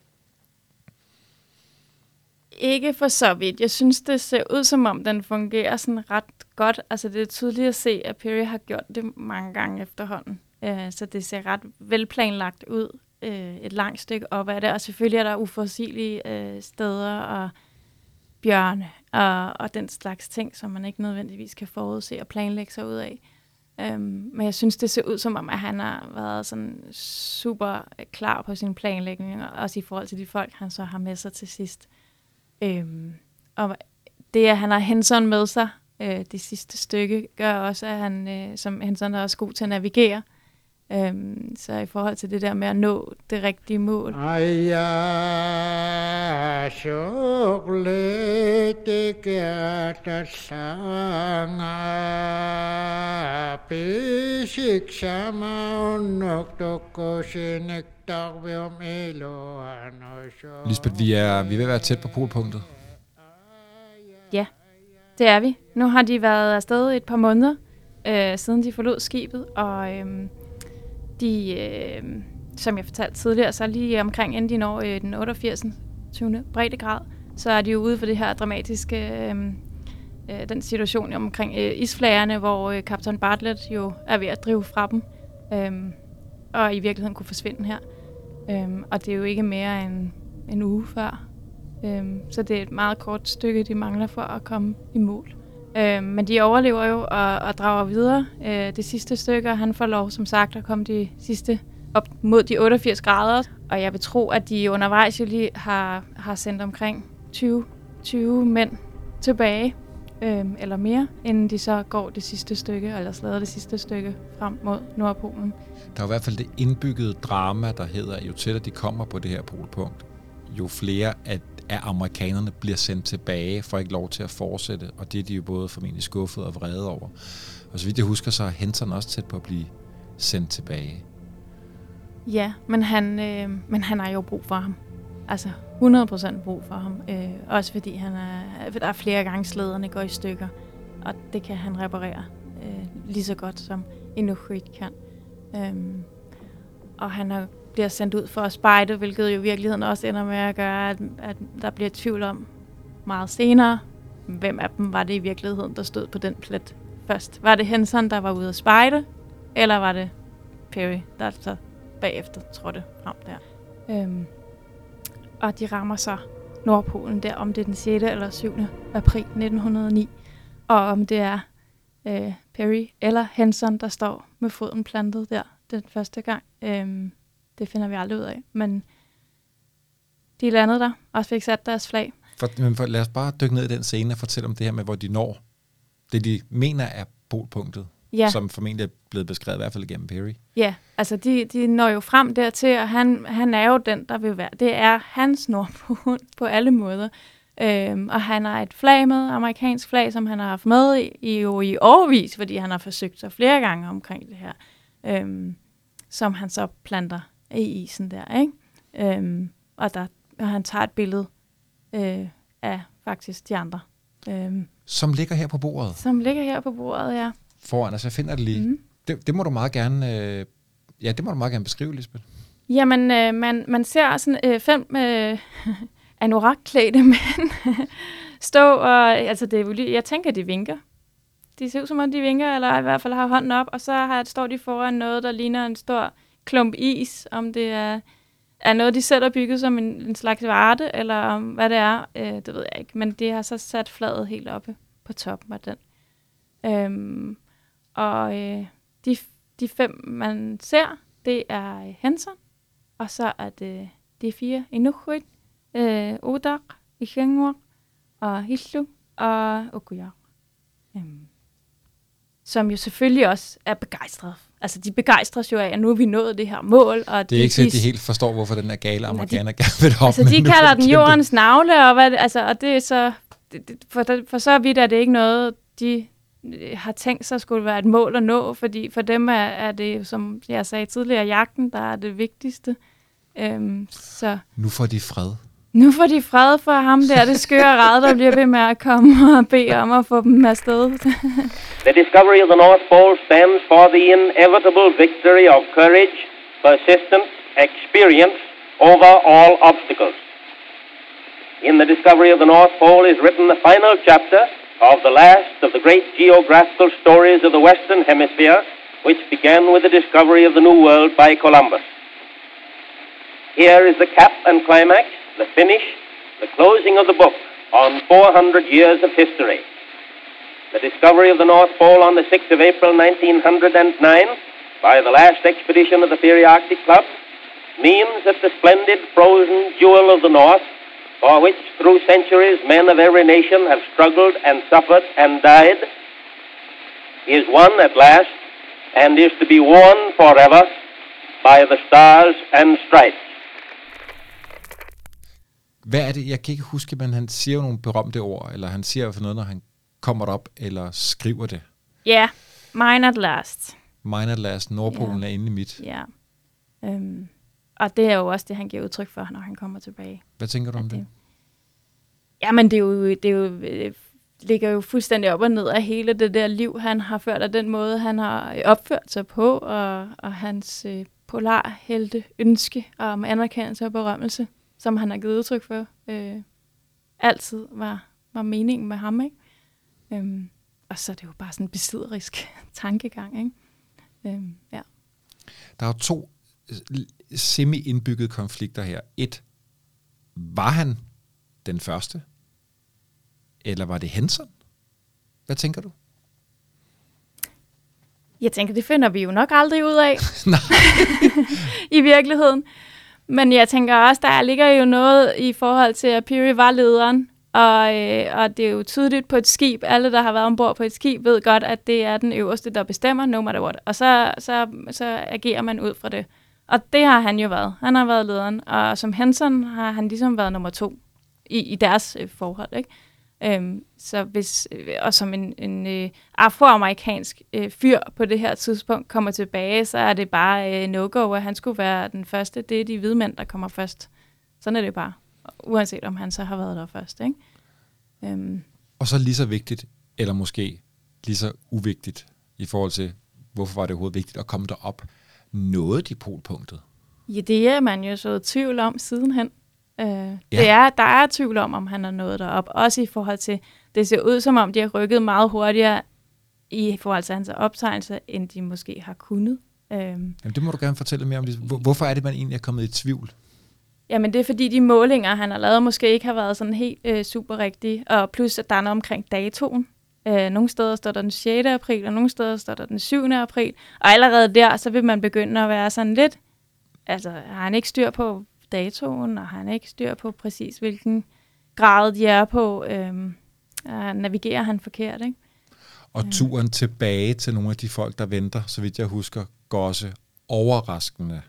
Ikke for så vidt. Jeg synes, det ser ud, som om den fungerer sådan ret godt. Altså, det er tydeligt at se, at Peary har gjort det mange gange efterhånden. Så det ser ret velplanlagt ud et langt stykke op ad det. Og selvfølgelig er der uforudsigelige steder og bjørne og den slags ting, som man ikke nødvendigvis kan forudse og planlægge sig ud af. Men jeg synes, det ser ud som om, at han har været sådan super klar på sin planlægning, også i forhold til de folk, han så har med sig til sidst. Og det, at han har Henson med sig det sidste stykke, gør også, at han, som Henson er også god til at navigere. Så i forhold til det der med at nå det rigtige mål. Lisbeth, vi er ved at være tæt på polpunktet. Ja, det er vi. Nu har de været afsted et par måneder, siden de forlod skibet, og som jeg fortalte tidligere, så lige omkring inden de når den 88. 20. breddegrad, så er de jo ude for det her dramatiske, den situation omkring isflagerne, hvor kaptajn Bartlett jo er ved at drive fra dem, og i virkeligheden kunne forsvinde her. Og det er jo ikke mere end en uge før. Så det er et meget kort stykke, de mangler for at komme i mål. Men de overlever jo og drager videre det sidste stykke, og han får lov, som sagt, at komme de sidste op mod de 88 grader. Og jeg vil tro, at de undervejs jo lige har sendt omkring 20 mænd tilbage eller mere, inden de så går det sidste stykke, eller slæder det sidste stykke frem mod Nordpolen. Der er i hvert fald det indbyggede drama, der hedder, jo tættere de kommer på det her polpunkt, jo flere af amerikanerne bliver sendt tilbage, for ikke lov til at fortsætte, og det er de jo både formentlig skuffet og vrede over. Og så vidt jeg husker, så er Henson også tæt på at blive sendt tilbage. Ja, men han har jo brug for ham. Altså 100% brug for ham. Også fordi der er flere gange slæderne går i stykker, og det kan han reparere lige så godt som Inuit kan. Og han bliver sendt ud for at spejde, hvilket jo i virkeligheden også ender med at gøre, at der bliver tvivl om meget senere, hvem af dem var det i virkeligheden, der stod på den plet først. Var det Henson, der var ude at spejde, eller var det Peary, der så bagefter trådte frem der? Og de rammer så Nordpolen der, om det er den 6. eller 7. april 1909. Og om det er Peary eller Henson, der står med foden plantet der den første gang. Det finder vi aldrig ud af. Men de landede der og fik sat deres flag. Lad os bare dykke ned i den scene og fortælle om det her med, hvor de når det, de mener er polpunktet, som formentlig er blevet beskrevet i hvert fald gennem Peary. Ja, altså de når jo frem dertil, og han er jo den, der vil være. Det er hans Nordpol på alle måder. Og han har et flag med, amerikansk flag, som han har haft med i årevis, fordi han har forsøgt sig flere gange omkring det her, som han så planter i isen der, ikke? Og han tager et billede af faktisk de andre. Som ligger her på bordet? Som ligger her på bordet, ja. Foran, altså jeg finder det lige. Det må du meget gerne, det må du meget gerne beskrive, Lisbeth. Jamen, man ser sådan 5 anorak-klædte mænd stå, og altså det er jo lige, jeg tænker, de vinker. De ser ud som om, de vinker, eller i hvert fald har hånden op, og så står de foran noget, der ligner en stor klump is, om det er noget, de selv har bygget som en slags varte, eller om hvad det er, det ved jeg ikke. Men de har så sat flaget helt oppe på toppen af den. De 5, man ser, det er Henson, og så er det de 4 Inuit, Odak, Ikhengur, og Hislu og Okuyak. Som jo selvfølgelig også er begejstrede. Altså, de begejstres jo af, at nu er vi nået det her mål. Og det er ikke så, at de helt forstår, hvorfor den er gale amerikaner gerne vil op. Altså, de kalder den jordens navle, og det er så... For så vidt er det ikke noget, de har tænkt sig skulle være et mål at nå, fordi for dem er det, som jeg sagde tidligere, jagten, der er det vigtigste. Så nu får de fred. Nu får de fred for ham der, det skøre rad, der bliver ved med at komme og bede om at få dem afsted. The discovery of the North Pole stands for the inevitable victory of courage, persistence, experience over all obstacles. In the discovery of the North Pole is written the final chapter of the last of the great geographical stories of the Western Hemisphere, which began with the discovery of the New World by Columbus. Here is the cap and climax, the finish, the closing of the book on 400 years of history. The discovery of the North Pole on the 6th of April 1909 by the last expedition of the Peary Arctic Club means that the splendid frozen jewel of the North, for which through centuries men of every nation have struggled and suffered and died, is won at last and is to be worn forever by the stars and stripes. Hvad er det? Jeg kan ikke huske, men han siger jo nogle berømte ord, eller han siger i hvert fald noget, når han kommer op eller skriver det. Ja, yeah. Mine at last. Mine at last. Nordpolen er inde i mit. Ja. Og det er jo også det, han giver udtryk for, når han kommer tilbage. Hvad tænker du om det? Jamen, det ligger jo fuldstændig op og ned af hele det der liv, han har ført, og den måde, han har opført sig på, og hans polarhelte ønske om anerkendelse og berømmelse, som han har givet udtryk for, altid var meningen med ham, ikke? Og så er det jo bare sådan en besidderisk tankegang, ikke? Ja. Der er jo 2 semi-indbyggede konflikter her. 1. Var han den første? Eller var det Henson? Hvad tænker du? Jeg tænker, det finder vi jo nok aldrig ud af. Nej. I virkeligheden. Men jeg tænker også, der ligger jo noget i forhold til, at Peary var lederen, Og det er jo tydeligt på et skib. Alle, der har været ombord på et skib, ved godt, at det er den øverste, der bestemmer, no matter what. Og så agerer man ud fra det. Og det har han jo været. Han har været lederen. Og som Henson har han ligesom været nummer 2 i deres forhold, ikke? Så hvis, og som en afroamerikansk fyr på det her tidspunkt kommer tilbage, så er det bare no-go, at han skulle være den første. Det er de hvide mænd, der kommer først. Sådan er det bare. Uanset om han så har været der først, ikke? Og så lige så vigtigt, eller måske lige så uvigtigt, i forhold til, hvorfor var det overhovedet vigtigt at komme derop. Nåede de polpunktet? Ja, det er man jo så tvivl om sidenhen. Der er tvivl om han har nået derop. Også i forhold til, det ser ud som om, de har rykket meget hurtigere i forhold til hans optegnelse, end de måske har kunnet. Jamen, det må du gerne fortælle mere om. Hvorfor er det, man egentlig er kommet i tvivl? Jamen, det er fordi, de målinger, han har lavet, måske ikke har været sådan helt super rigtige. Og plus, at der er noget omkring datoen. Nogle steder står der den 6. april, og nogle steder står der den 7. april. Og allerede der, så vil man begynde at være sådan lidt... Altså, har han ikke styr på datoen, og har han ikke styr på præcis, hvilken grad de er på? Navigerer han forkert, ikke? Og turen tilbage til nogle af de folk, der venter, så vidt jeg husker, går også overraskende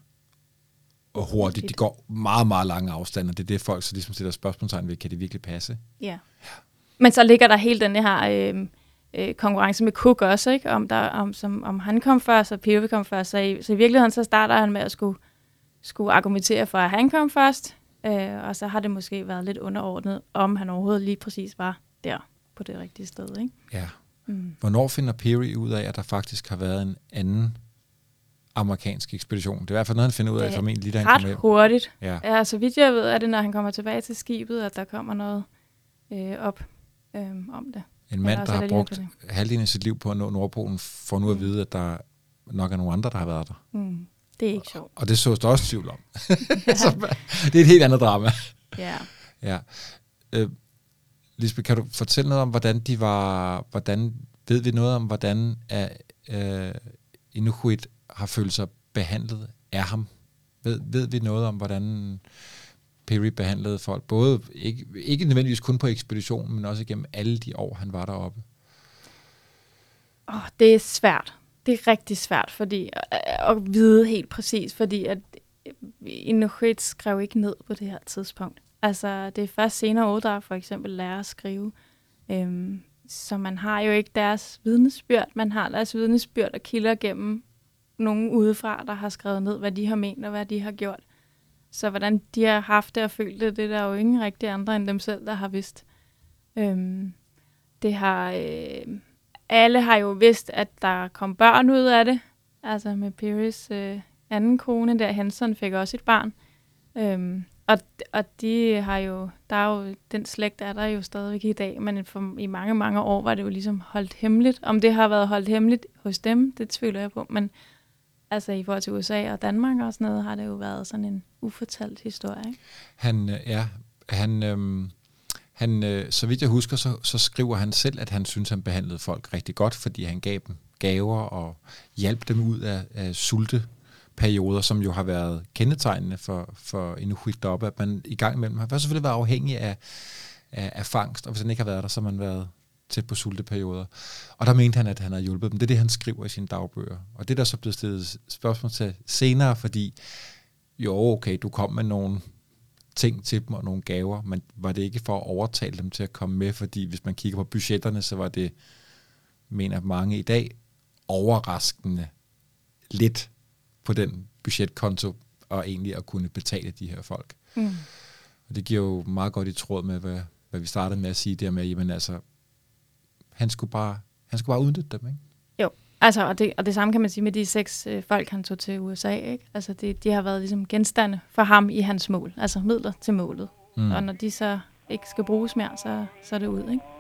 og hurtigt. De går meget, meget lange afstande, det er det, folk så ligesom stiller spørgsmålstegn ved, kan det virkelig passe? Ja. Men så ligger der hele den her konkurrence med Cook også, ikke? Om han kom først, og Peary kom først. Så i virkeligheden, så starter han med at skulle argumentere for, at han kom først, og så har det måske været lidt underordnet, om han overhovedet lige præcis var der på det rigtige sted, ikke? Ja. Hvornår finder Peary ud af, at der faktisk har været en anden amerikansk ekspedition? Det er i hvert fald noget, han finder ud af, formentlig lige da han kommer hjem. Ret hurtigt. Ja. Så vidt jeg ved, er det, når han kommer tilbage til skibet, at der kommer noget op om det. En mand, der har brugt halvdelen af sit liv på at nå Nordpolen, får nu at vide, at der nok er nogle andre, der har været der. Det er ikke sjovt. Og det sås der også tvivl om. Så, det er et helt andet drama. Ja. Lisbeth, kan du fortælle noget om, hvordan ved vi noget om, hvordan Inuit har følt sig behandlet af ham? Ved vi noget om, hvordan Peary behandlede folk, både ikke nødvendigvis kun på ekspeditionen, men også igennem alle de år, han var deroppe? Det er svært. Det er rigtig svært fordi at vide helt præcis, fordi at Inuit skrev ikke ned på det her tidspunkt. Altså, det er først senere der for eksempel lærer at skrive. Så man har jo ikke deres vidnesbyrd. Man har deres vidnesbyrd og kilder gennem nogen udefra, der har skrevet ned, hvad de har ment og hvad de har gjort. Så hvordan de har haft det og følt det, det er der jo ingen rigtig andre end dem selv, der har vidst. Det har... alle har jo vidst, at der kom børn ud af det. Altså med Pearys anden kone, der Henson, fik også et barn. Og de har jo... Der er jo... Den slægt er der jo stadigvæk i dag, men i mange, mange år var det jo ligesom holdt hemmeligt. Om det har været holdt hemmeligt hos dem, det tvivler jeg på. Men altså i forhold til USA og Danmark og sådan noget, har det jo været sådan en ufortalt historie, ikke? Han, så vidt jeg husker, så skriver han selv, at han synes, han behandlede folk rigtig godt, fordi han gav dem gaver og hjalp dem ud af sulteperioder, som jo har været kendetegnende for Inuit deroppe, at man i gang imellem har selvfølgelig været afhængig af fangst, og hvis han ikke har været der, så har man været tæt på sulteperioder. Og der mente han, at han havde hjulpet dem. Det er det, han skriver i sine dagbøger. Og det der så blev stillet spørgsmål til senere, fordi jo, okay, du kom med nogle ting til dem og nogle gaver, men var det ikke for at overtale dem til at komme med, fordi hvis man kigger på budgetterne, så var det, mener mange i dag, overraskende lidt på den budgetkonto, og egentlig at kunne betale de her folk. Og det giver jo meget godt i tråd med, hvad vi startede med at sige der med, jamen altså, han skulle bare udnytte dem, ikke? Jo, altså, og det samme kan man sige med de 6 folk, han tog til USA, ikke? Altså, de har været ligesom genstande for ham i hans mål, altså midler til målet. Og når de så ikke skal bruges mere, så er det ud, ikke?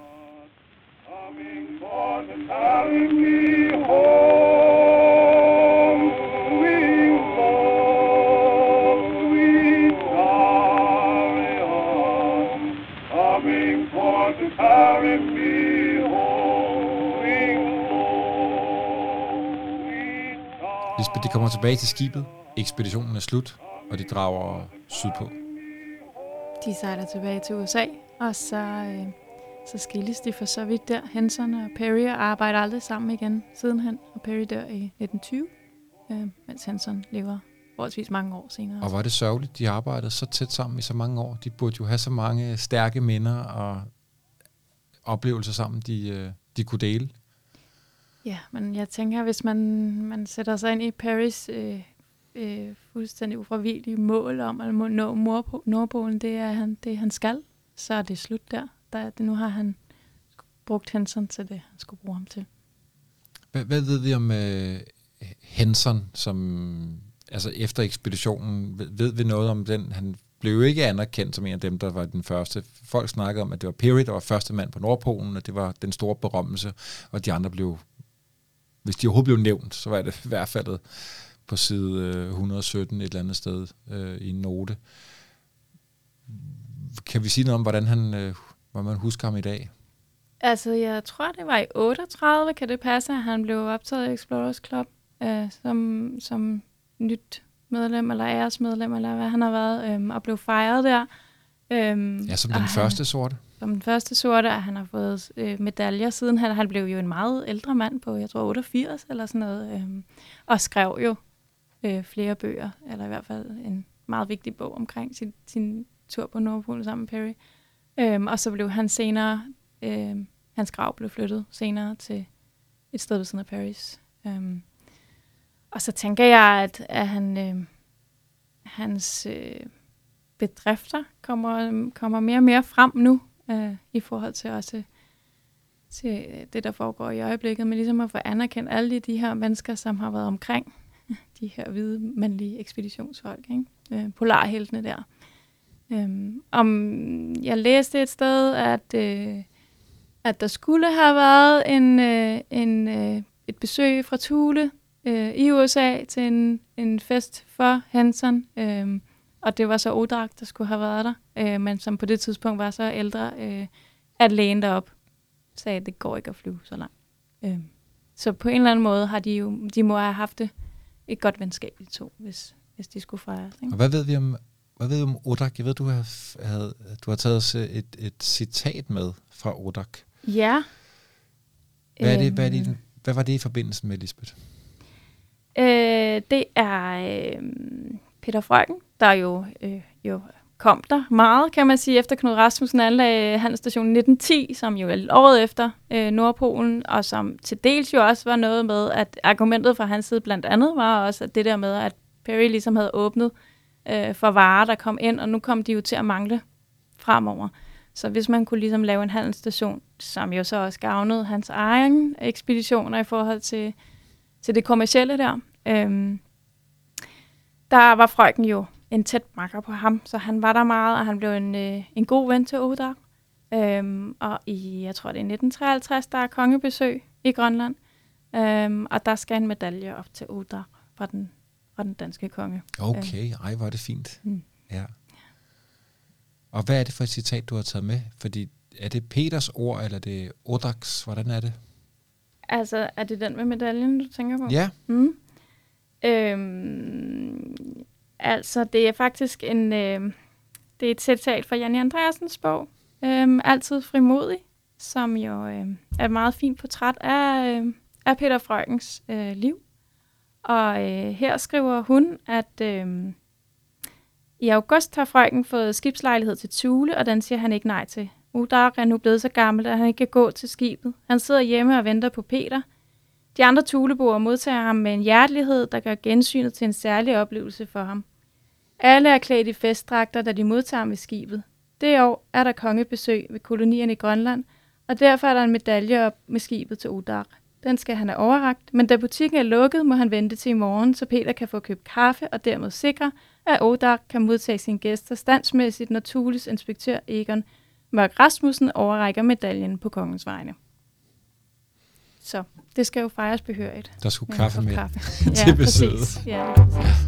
Lisbeth, de kommer tilbage til skibet, ekspeditionen er slut, og de drager sydpå. De sejler tilbage til USA, Og så skilles de for så vidt der. Henson og Perry arbejder aldrig sammen igen sidenhen, og Perry dør i 1920, mens Henson lever forholdsvis mange år senere. Og var det sørgeligt, de arbejdede så tæt sammen i så mange år? De burde jo have så mange stærke minder og oplevelser sammen, de kunne dele. Ja, men jeg tænker, hvis man sætter sig ind i Perrys fuldstændig ufravigelige mål om at nå Nordpolen, det er det, han skal, så er det slut der. Nu har han brugt Henson til det, han skulle bruge ham til. Hvad ved vi om Henson, som altså efter ekspeditionen, ved vi noget om den? Han blev jo ikke anerkendt som en af dem, der var den første. Folk snakkede om, at det var Peary, der var første mand på Nordpolen, og det var den store berømmelse, og de andre blev, hvis de overhovedet blev nævnt, så var det i hvert fald på side 117 et eller andet sted i en note. Kan vi sige noget om, hvordan man husker ham i dag? Altså, jeg tror, det var i 38, kan det passe, at han blev optaget i Explorers Club som nyt medlem, eller æresmedlem, eller hvad han har været, og blev fejret der. Ja, som den første sorte. Som den første sorte, og han har fået medaljer siden. Han blev jo en meget ældre mand på, jeg tror, 88 eller sådan noget, og skrev jo flere bøger, eller i hvert fald en meget vigtig bog omkring sin tur på Nordpolen sammen med Perry. Og så blev han senere, hans grav blev flyttet senere til et sted ved siden af Perrys. Og så tænker jeg, at hans bedrifter kommer mere og mere frem nu, i forhold til også til det, der foregår i øjeblikket, men ligesom at få anerkendt alle de her mennesker, som har været omkring de her hvide mandlige ekspeditionsfolk, ikke? Polarheltene der. Jeg læste et sted, at der skulle have været et besøg fra Thule i USA til en fest for Henson, og det var så Odak, der skulle have været der, men som på det tidspunkt var så ældre, at lægen derop sagde, at det går ikke at flyve så langt. Så på en eller anden måde har de må have haft et godt venskab, de to, hvis de skulle fejres. Ikke? Og hvad ved vi om Odak? Jeg ved, du har taget et citat med fra Odak. Ja. Hvad var det i forbindelse med, Lisbeth? Det er Peter Frøken, der jo kom der meget, kan man sige, efter Knud Rasmussen anlagde handelsstationen 1910, som jo er året efter Nordpolen, og som til dels jo også var noget med, at argumentet fra hans side blandt andet var også, at det der med, at Perry ligesom havde åbnet for varer, der kom ind, og nu kom de jo til at mangle fremover. Så hvis man kunne ligesom lave en handelsstation, som jo så også gavnede hans egen ekspeditioner i forhold til det kommercielle der, der var Frøken jo en tæt makker på ham, så han var der meget, og han blev en god ven til Odak. Og jeg tror det er 1953, der er kongebesøg i Grønland, og der skal en medalje op til Odak fra den danske konge. Okay, hvor er det fint. Ja. Og hvad er det for et citat, du har taget med? Fordi er det Peters ord, eller er det Odaks? Hvordan er det? Altså, er det den med medaljen, du tænker på? Ja. Altså, det er faktisk det er et citat fra Janni Andreasens bog, Altid frimodig, som jo er et meget fint portræt af Peter Frøkens liv. Og her skriver hun, at i august har Frøken fået skibslejlighed til Thule, og den siger han ikke nej til. Odak er nu blevet så gammel, at han ikke kan gå til skibet. Han sidder hjemme og venter på Peter. De andre Thuleboere modtager ham med en hjertelighed, der gør gensynet til en særlig oplevelse for ham. Alle er klædt i festdragter, da de modtager ham ved skibet. Det år er der kongebesøg ved kolonierne i Grønland, og derfor er der en medalje op med skibet til Odak. Den skal han have overrakt, men da butikken er lukket, må han vente til i morgen, så Peter kan få købt kaffe og dermed sikre, at Odak kan modtage sine gæster standsmæssigt, når Thules inspektør Egon Mørk Rasmussen overrækker medaljen på kongens vegne. Så det skal jo fejres behørigt. Der skulle kaffe med kaffe. til besøget. Ja, præcis.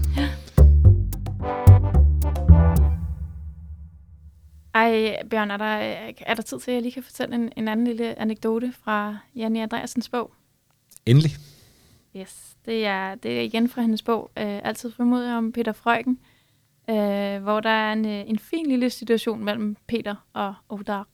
Ej, Bjørn, er der tid til, at jeg lige kan fortælle en anden lille anekdote fra Janni Andreasens bog? Endelig. Yes, det er igen fra hendes bog, Altid frimodig om Peter Frøken. hvor der er en fin lille situation mellem Peter og Odag.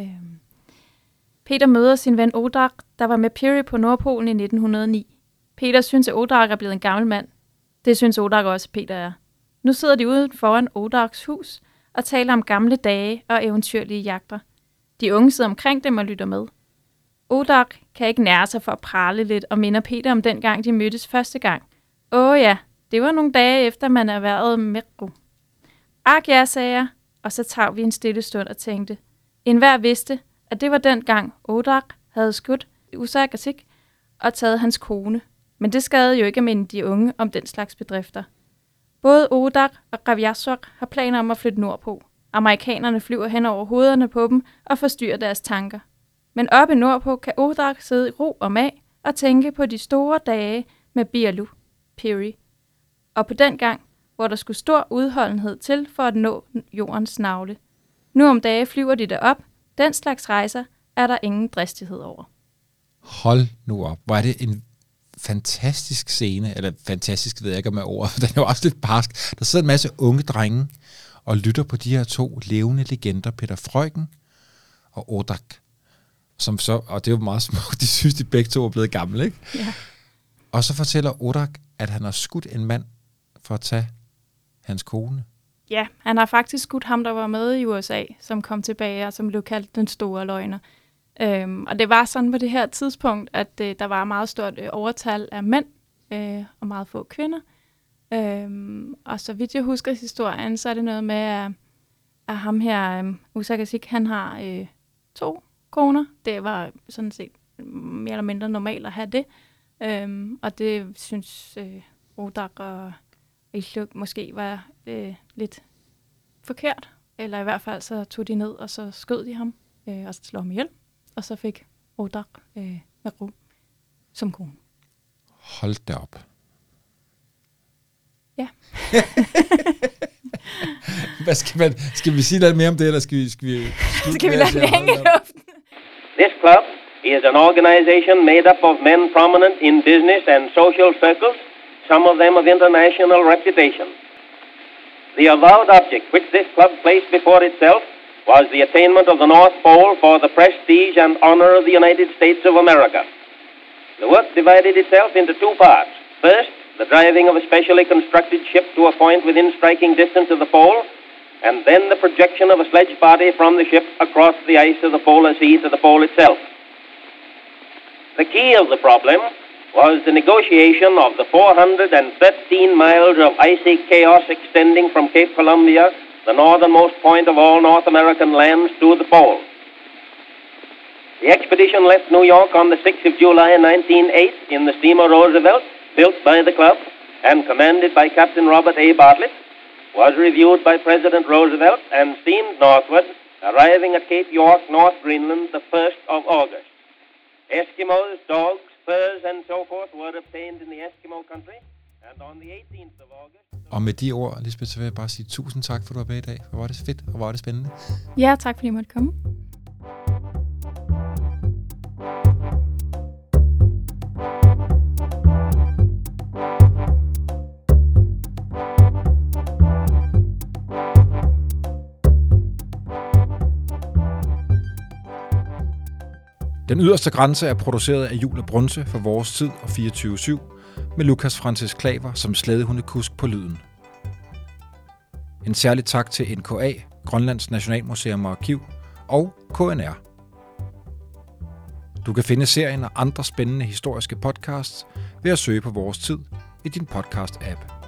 Peter møder sin ven Odag, der var med Peary på Nordpolen i 1909. Peter synes, at Odag er blevet en gammel mand. Det synes Odag også, Peter er. Nu sidder de ude foran Odags hus og taler om gamle dage og eventyrlige jagter. De unge sidder omkring dem og lytter med. Odag kan ikke nære sig for at prale lidt og minder Peter om den gang, de mødtes første gang. Ja, det var nogle dage efter, man erhvervede Meru. Ak ja, sagde jeg, og så tager vi en stille stund og tænkte. Enhver vidste, at det var den gang Odag havde skudt Usagasik og taget hans kone. Men det skadede jo ikke at minde de unge om den slags bedrifter. Både Odag og Raviasok har planer om at flytte nordpå. Amerikanerne flyver hen over hovederne på dem og forstyrrer deres tanker. Men oppe nordpå kan Odag sidde i ro og mag og tænke på de store dage med Bialu, Peary. Og på den gang, hvor der skulle stor udholdenhed til for at nå jordens navle. Nu om dage flyver de derop. Den slags rejser er der ingen dristighed over. Hold nu op. Hvor er det en fantastisk scene, eller fantastisk ved jeg ikke om jeg ord, den er jo også lidt barsk. Der sidder en masse unge drenge og lytter på de her to levende legender, Peter Freuchen og Odag. Som så, og det er jo meget smukt, de synes, de begge to er blevet gamle, ikke? Ja. Og så fortæller Odag, at han har skudt en mand for at tage hans kone. Ja, han har faktisk skudt ham, der var med i USA, som kom tilbage, og som blev kaldt den store løgner. Og det var sådan på det her tidspunkt, at der var meget stort overtal af mænd og meget få kvinder. Og så vidt jeg husker historien, så er det noget med, at ham her, Usagasik, han har 2 koner. Det var sådan set mere eller mindre normalt at have det. Og det synes Odag og Isluk måske var lidt forkert. Eller i hvert fald så tog de ned, og så skød de ham og så slog ham ihjel. Og så fik Odag Meru som kone. Hold da op. Ja. Hvad skal vi sige lidt mere om det, eller skal vi lade den hænge i luften? This club is an organization made up of men prominent in business and social circles, some of them of international reputation. The avowed object which this club placed before itself was the attainment of the North Pole for the prestige and honor of the United States of America. The work divided itself into 2 parts. First, the driving of a specially constructed ship to a point within striking distance of the pole, and then the projection of a sledge party from the ship across the ice of the polar sea to the pole itself. The key of the problem was the negotiation of the 413 miles of icy chaos extending from Cape Columbia, the northernmost point of all North American lands, to the pole. The expedition left New York on the 6th of July 1908 in the steamer Roosevelt, built by the club and commanded by Captain Robert A. Bartlett, was reviewed by President Roosevelt and steamed northward, arriving at Cape York, North Greenland, the 1st of August. Eskimos, dogs, furs and so forth were obtained in the Eskimo country, and on the 18th of August... Og med de ord, Lisbeth, så vil jeg bare sige tusind tak, for du var med i dag. Hvor var det fedt, og hvor var det spændende. Ja, tak fordi I måtte komme. Den yderste grænse er produceret af Jul og Brunse for Vores Tid og 24/7 med Lukas Francis Klaver som slædehundekusk på lyden. En særlig tak til NKA, Grønlands Nationalmuseum og Arkiv og KNR. Du kan finde serien og andre spændende historiske podcasts ved at søge på Vores Tid i din podcast-app.